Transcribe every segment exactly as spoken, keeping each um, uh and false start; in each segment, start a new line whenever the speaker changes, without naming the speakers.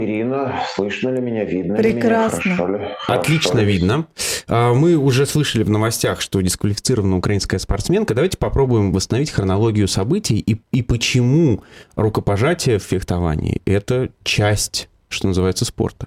Ирина, слышно ли меня, видно ли меня,
Прекрасно.
хорошо ли?
Отлично
Хорошо ли?
видно. А, Мы уже слышали в новостях, что дисквалифицирована украинская спортсменка. Давайте попробуем восстановить хронологию событий и, и почему рукопожатие в фехтовании – это часть, что называется, спорта.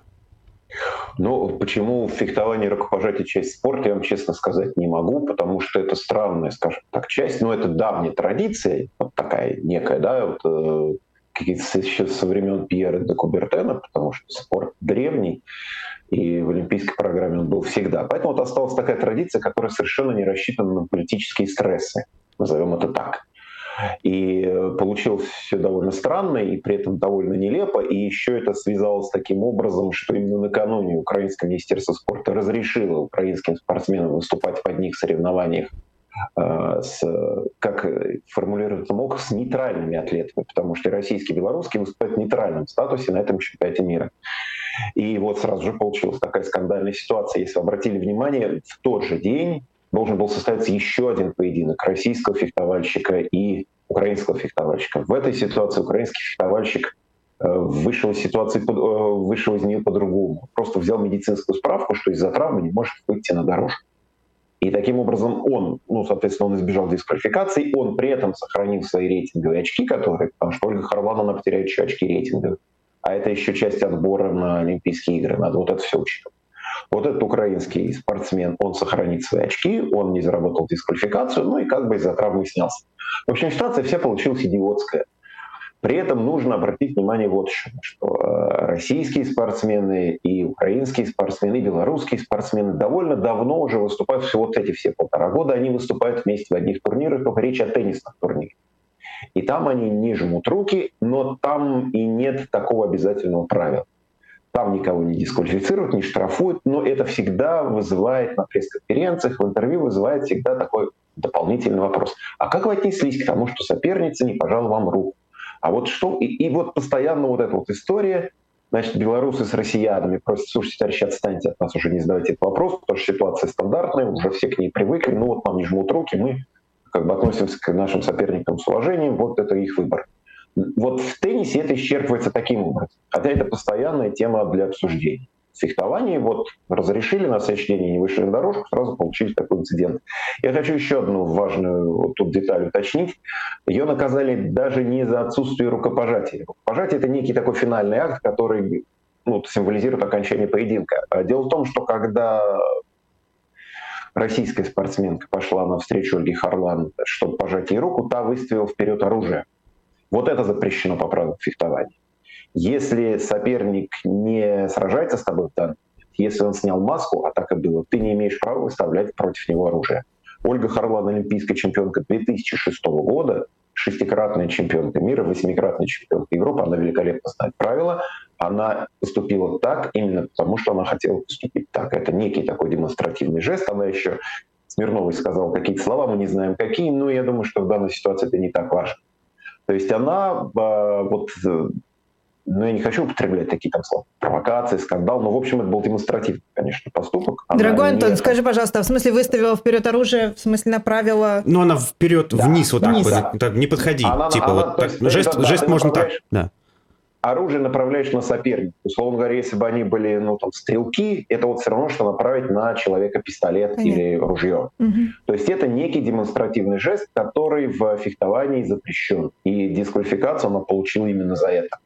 Ну, почему фехтование и рукопожатие часть спорта, я вам честно сказать не могу, потому что это странная, скажем так, часть, но это давняя традиция, вот такая некая, да, вот, э, какие-то еще со времен Пьера де Кубертена, потому что спорт древний, и в олимпийской программе он был всегда. Поэтому вот осталась такая традиция, которая совершенно не рассчитана на политические стрессы, назовем это так. И получилось все довольно странно, и при этом довольно нелепо. И еще это связалось таким образом, что именно накануне Украинское министерство спорта разрешило украинским спортсменам выступать в одних соревнованиях э, с, как формулируется МОК, с нейтральными атлетами, потому что и российские, и белорусские выступают в нейтральном статусе на этом чемпионате мира. И вот сразу же получилась такая скандальная ситуация. Если вы обратили внимание, в тот же день должен был состояться еще один поединок российского фехтовальщика и украинского фехтовальщика. В этой ситуации украинский фехтовальщик э, вышел из ситуации, э, вышел из нее по-другому. Просто взял медицинскую справку, что из-за травмы не может выйти на дорожку. И таким образом он, ну, соответственно, он избежал дисквалификации, он при этом сохранил свои рейтинговые очки, которые, потому что Ольга Харлан, она потеряет еще очки рейтинговые. А это еще часть отбора на Олимпийские игры. Надо вот это все учитывать. Вот этот украинский спортсмен, он сохранит свои очки, он не заработал дисквалификацию, ну и как бы из-за травмы снялся. В общем, ситуация вся получилась идиотская. При этом нужно обратить внимание вот еще, что российские спортсмены и украинские спортсмены, и белорусские спортсмены довольно давно уже выступают, всего вот эти все полтора года, они выступают вместе в одних турнирах, только речь о теннисных турнирах. И там они не жмут руки, но там и нет такого обязательного правила. Там никого не дисквалифицируют, не штрафуют, но это всегда вызывает на пресс-конференциях, в интервью вызывает всегда такой дополнительный вопрос. А как вы отнеслись к тому, что соперница не пожала вам руку? А вот что? И, и вот постоянно вот эта вот история, значит, белорусы с россиянами просят: слушайте, товарищи, отстаньте от нас, уже не задавайте этот вопрос, потому что ситуация стандартная, уже все к ней привыкли, ну вот нам не жмут руки, мы как бы относимся к нашим соперникам с уважением, вот это их выбор. Вот в теннисе это исчерпывается таким образом, хотя это постоянная тема для обсуждений. В фехтовании вот разрешили, на следующий день не вышли на дорожку, сразу получили такой инцидент. Я хочу еще одну важную вот тут деталь уточнить. Ее наказали даже не за отсутствие рукопожатия. Рукопожатие — это некий такой финальный акт, который, ну, символизирует окончание поединка. Дело в том, что когда российская спортсменка пошла навстречу Ольге Харлан, чтобы пожать ей руку, та выставила вперед оружие. Вот это запрещено по правилам фехтования. Если соперник не сражается с тобой в данный момент, если он снял маску, а так и было, ты не имеешь права выставлять против него оружие. Ольга Харлан — олимпийская чемпионка две тысячи шестого года, шестикратная чемпионка мира, восьмикратная чемпионка Европы, она великолепно знает правила. Она поступила так именно потому, что она хотела поступить так. Это некий такой демонстративный жест. Она еще Смирновой сказала какие-то слова, мы не знаем какие, но я думаю, что в данной ситуации это не так важно. То есть она, вот, ну я не хочу употреблять такие там слова, провокации, скандал, но в общем это был демонстративный, конечно, поступок. Она
Дорогой Антон,
не...
скажи, пожалуйста, в смысле выставила вперед оружие, в смысле направила...
Ну она вперед, да, вниз, вот вниз, так, да. Так, не подходи,
она,
типа
она,
вот так,
есть,
жест,
да,
жест можно так, да.
Оружие направляешь на соперника. Условно говоря, если бы они были, ну, там, стрелки, это вот все равно, что направить на человека пистолет Понятно. Или ружье. Угу. То есть это некий демонстративный жест, который в фехтовании запрещен. И дисквалификацию она получила именно за это.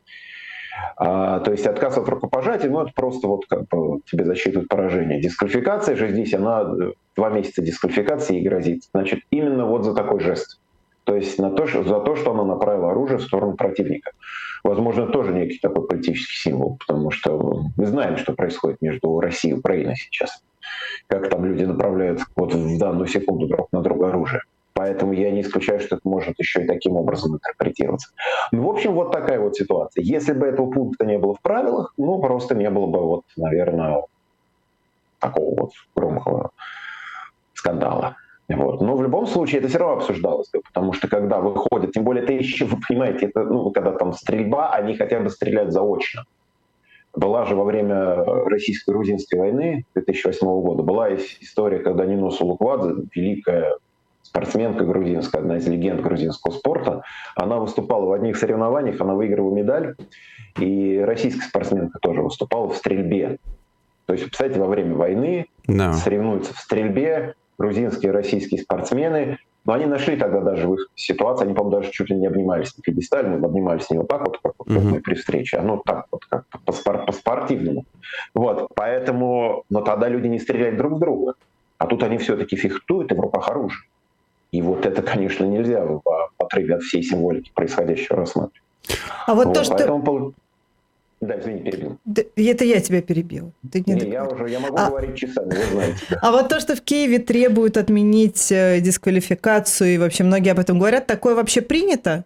А, то есть отказ от рукопожатия, ну, это просто вот как бы тебе засчитывают поражение. Дисквалификация же здесь, она два месяца дисквалификации и грозит. Значит, именно вот за такой жест. То есть на то, что, за то, что она направила оружие в сторону противника. Возможно, тоже некий такой политический символ, потому что мы знаем, что происходит между Россией и Украиной сейчас. Как там люди направляют вот в данную секунду друг на друга оружие. Поэтому я не исключаю, что это может еще и таким образом интерпретироваться. Ну, в общем, вот такая вот ситуация. Если бы этого пункта не было в правилах, ну, просто не было бы, вот, наверное, такого вот громкого скандала. Вот. Но в любом случае это все равно обсуждалось, потому что когда выходят, тем более это еще, вы понимаете, это, ну, когда там стрельба, они хотя бы стреляют заочно. Была же во время российско-грузинской войны две тысячи восьмого года, была история, когда Нино Сулуквадзе, великая спортсменка грузинская, одна из легенд грузинского спорта. Она выступала в одних соревнованиях, она выиграла медаль. И российская спортсменка тоже выступала в стрельбе. То есть, представляете, во время войны no. соревнуются в стрельбе грузинские и российские спортсмены. Но они нашли тогда даже в их ситуации, они, по-моему, даже чуть ли не обнимались на пьедестале, но обнимались не вот так вот, как вот uh-huh. мы при встрече, а ну так вот, как по-спортивному. Вот, поэтому, но тогда люди не стреляли друг в друга, а тут они все-таки фехтуют и в руках оружие. И вот это, конечно, нельзя в отрыве от всей символики происходящего рассматривать.
А вот, вот то, поэтому...
что... Да, извини, перебил.
Да, это я тебя перебил. Ты не,
не я уже я могу а... говорить часами, вы знаете. Да.
А вот то, что в Киеве требуют отменить дисквалификацию, и вообще многие об этом говорят, такое вообще принято?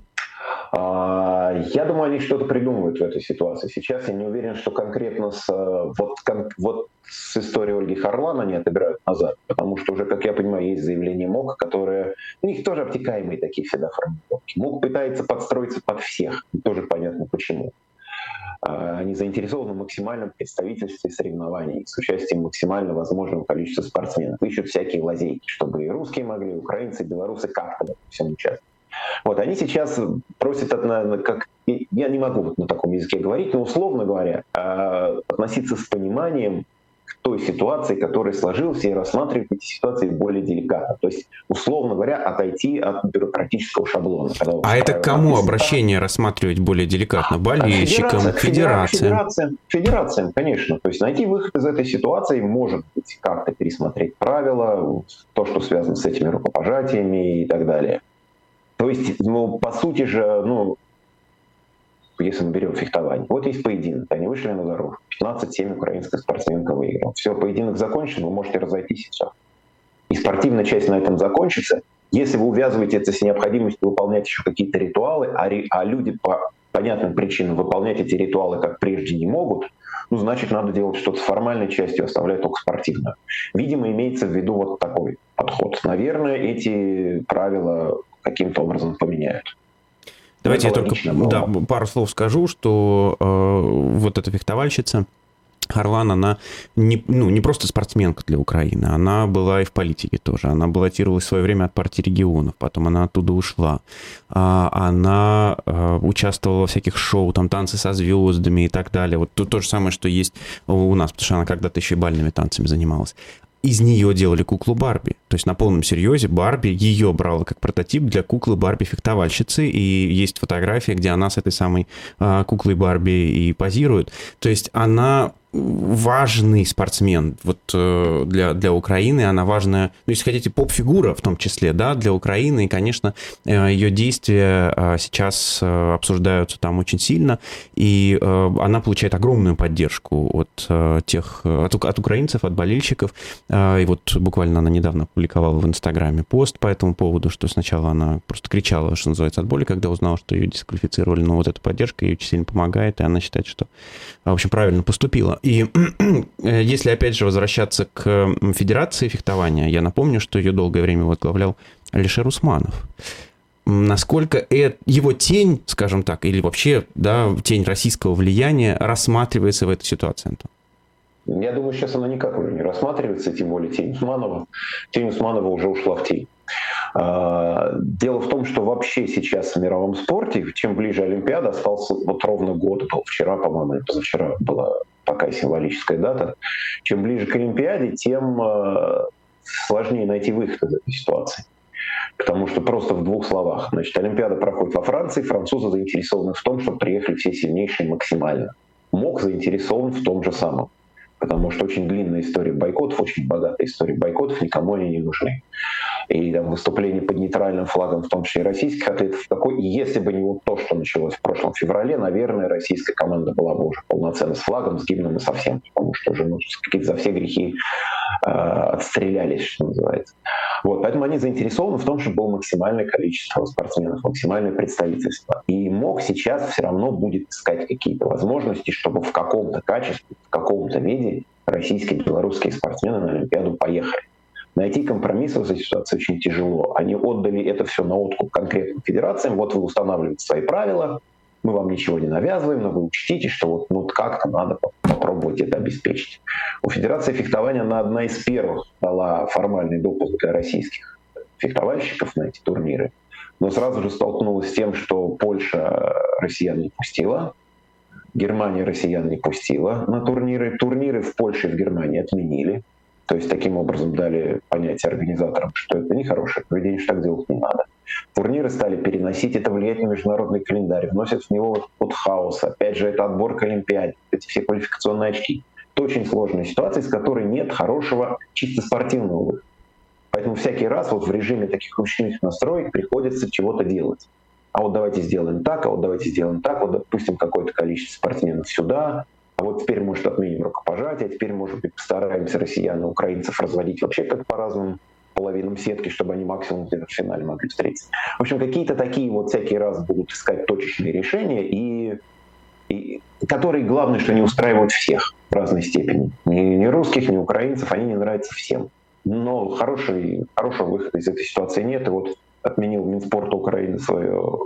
А, я думаю, они что-то придумывают в этой ситуации. Сейчас я не уверен, что конкретно с, вот, кон, вот с историей Ольги Харлан они отыграют назад, потому что уже, как я понимаю, есть заявление МОК, которое... У них тоже обтекаемые такие всегда формулировки. МОК пытается подстроиться под всех, и тоже понятно почему. Они заинтересованы в максимальном представительстве соревнований с участием максимально возможного количества спортсменов. Ищут всякие лазейки, чтобы и русские могли, и украинцы, и белорусы как-то в этом всем участвовать. Вот, они сейчас просят, как, я не могу вот на таком языке говорить, но условно говоря, относиться с пониманием к той ситуации, которая сложилась, и рассматривать эти ситуации более деликатно. То есть, условно говоря, отойти от бюрократического шаблона.
А это к кому обращение рассматривать более деликатно? Болельщикам,
федерациям?
Федерациям?
Федерациям, федерациям, конечно. То есть найти выход из этой ситуации, может быть, как-то пересмотреть правила, то, что связано с этими рукопожатиями и так далее. То есть, ну, по сути же, ну, если мы берем фехтование, вот есть поединок, они вышли на дорогу, пятнадцать семь украинская спортсменка выиграла. Все, поединок закончен, вы можете разойтись и все. И спортивная часть на этом закончится. Если вы увязываете это с необходимостью выполнять еще какие-то ритуалы, а, ри, а люди по понятным причинам выполнять эти ритуалы как прежде не могут, ну, значит, надо делать что-то с формальной частью, оставлять только спортивную. Видимо, имеется в виду вот такой подход. Наверное, эти правила каким-то образом поменяют.
Давайте я только да, пару слов скажу, что э, вот эта фехтовальщица Харлан, она не, ну, не просто спортсменка для Украины, она была и в политике тоже. Она баллотировалась в свое время от партии регионов, потом она оттуда ушла. А, она а, участвовала во всяких шоу, там танцы со звездами и так далее. Вот то, то же самое, что есть у нас, потому что она когда-то еще и бальными танцами занималась. Из нее делали куклу Барби. То есть на полном серьезе Барби ее брала как прототип для куклы Барби-фехтовальщицы. И есть фотография, где она с этой самой а, куклой Барби и позирует. То есть она важный спортсмен вот для, для Украины, она важная, ну, если хотите, поп-фигура в том числе, да, для Украины, и, конечно, ее действия сейчас обсуждаются там очень сильно, и она получает огромную поддержку от тех, от, от украинцев, от болельщиков, и вот буквально она недавно опубликовала в Инстаграме пост по этому поводу, что сначала она просто кричала, что называется, от боли, когда узнала, что ее дисквалифицировали, но вот эта поддержка ей очень сильно помогает, и она считает, что, в общем, правильно поступила. И если, опять же, возвращаться к Федерации фехтования, я напомню, что ее долгое время возглавлял Алишер Усманов. Насколько это, его тень, скажем так, или вообще, да, тень российского влияния рассматривается в этой ситуации, Антон?
Я думаю, сейчас она никак уже не рассматривается, тем более тень Усманова. Тень Усманова уже ушла в тень. Дело в том, что вообще сейчас в мировом спорте, чем ближе Олимпиада, остался вот ровно год, был вчера, по-моему, или позавчера была такая символическая дата, чем ближе к Олимпиаде, тем сложнее найти выход из этой ситуации. Потому что просто в двух словах. Значит, Олимпиада проходит во Франции, французы заинтересованы в том, чтобы приехали все сильнейшие максимально. МОК заинтересован в том же самом. Потому что очень длинная история бойкотов, очень богатая история бойкотов, никому они не нужны. И там, выступление под нейтральным флагом, в том числе и российских атлетов, такой, и если бы не вот то, что началось в прошлом феврале, наверное, российская команда была бы уже полноценно с флагом, с гимном и совсем, потому что уже ну, какие-то за все грехи э, отстрелялись, что называется. Вот, поэтому они заинтересованы в том, чтобы было максимальное количество спортсменов, максимальное представительство. И МОК сейчас все равно будет искать какие-то возможности, чтобы в каком-то качестве, в каком-то виде российские и белорусские спортсмены на Олимпиаду поехали. Найти компромисс в этой ситуации очень тяжело. Они отдали это все на откуп конкретным федерациям. Вот вы устанавливаете свои правила, мы вам ничего не навязываем, но вы учтите, что вот ну, как-то надо попробовать это обеспечить. У Федерации фехтования она одна из первых дала формальный допуск для российских фехтовальщиков на эти турниры, но сразу же столкнулась с тем, что Польша россиян не пустила, Германия россиян не пустила на турниры. Турниры в Польше и в Германии отменили. То есть таким образом дали понятие организаторам, что это нехорошее поведение, что так делать не надо. Турниры стали переносить, это влияет на международный календарь, вносят в него вот, вот хаос. Опять же, это отбор к Олимпиаде, эти все квалификационные очки. Это очень сложная ситуация, из которой нет хорошего чисто спортивного выхода. Поэтому всякий раз вот в режиме таких ручных настроек приходится чего-то делать. А вот давайте сделаем так, а вот давайте сделаем так, вот допустим какое-то количество спортсменов сюда, а вот теперь, может, отменим рукопожатие, а теперь, может быть, постараемся россиян и украинцев разводить вообще как по разным половинам сетки, чтобы они максимум где-то в финале могли встретиться. В общем, какие-то такие вот всякий раз будут искать точечные решения, и, и, которые, главное, что не устраивают всех в разной степени. Ни, ни русских, ни украинцев, они не нравятся всем. Но хороший, хорошего выхода из этой ситуации нет, и вот отменил Минспорт Украины свое,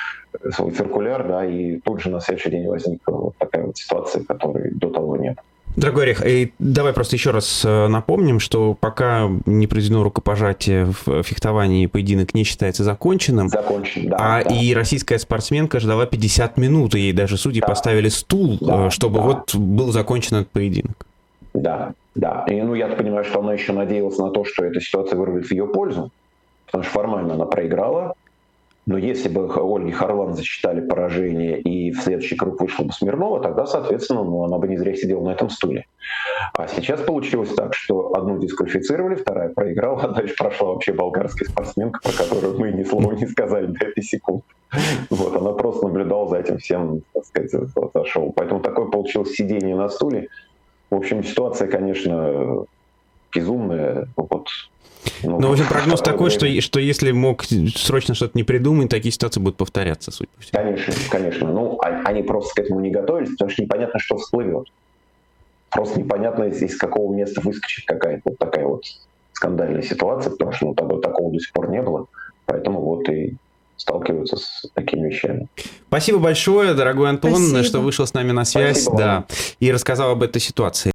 свой циркуляр, да, и тут же на следующий день возникла вот такая вот ситуация, которой до того нет.
Дорогой Орех, и давай просто еще раз напомним, что пока не произведено рукопожатие в фехтовании, поединок не считается законченным.
Закончен, да.
А
да.
и российская спортсменка ждала пятьдесят минут, и ей даже судьи да. поставили стул, да, чтобы да. вот был закончен этот поединок.
Да, да. И ну я понимаю, что она еще надеялась на то, что эта ситуация вырулит в ее пользу, потому что формально она проиграла. Но если бы Ольге Харлан зачитали поражение и в следующий круг вышла бы Смирнова, тогда, соответственно, ну, она бы не зря сидела на этом стуле. А сейчас получилось так, что одну дисквалифицировали, вторая проиграла, а дальше прошла вообще болгарская спортсменка, про которую мы ни слова не сказали до этой секунды. Вот, она просто наблюдала за этим всем, так сказать, за шоу. Поэтому такое получилось сидение на стуле. В общем, ситуация, конечно, безумная. Вот. Ну,
Но, в общем, прогноз такой, что, что если мог срочно что-то не придумать, такие ситуации будут повторяться, судя по всему.
Конечно, конечно. Ну, они просто к этому не готовились, потому что непонятно, что всплывет. Просто непонятно, из какого места выскочит какая-то вот такая вот скандальная ситуация, потому что ну, такого, такого до сих пор не было. Поэтому вот и сталкиваются с такими вещами.
Спасибо большое, дорогой Антон,
Спасибо.
что вышел с нами на связь,
Спасибо
да,
вам.
и рассказал об этой ситуации.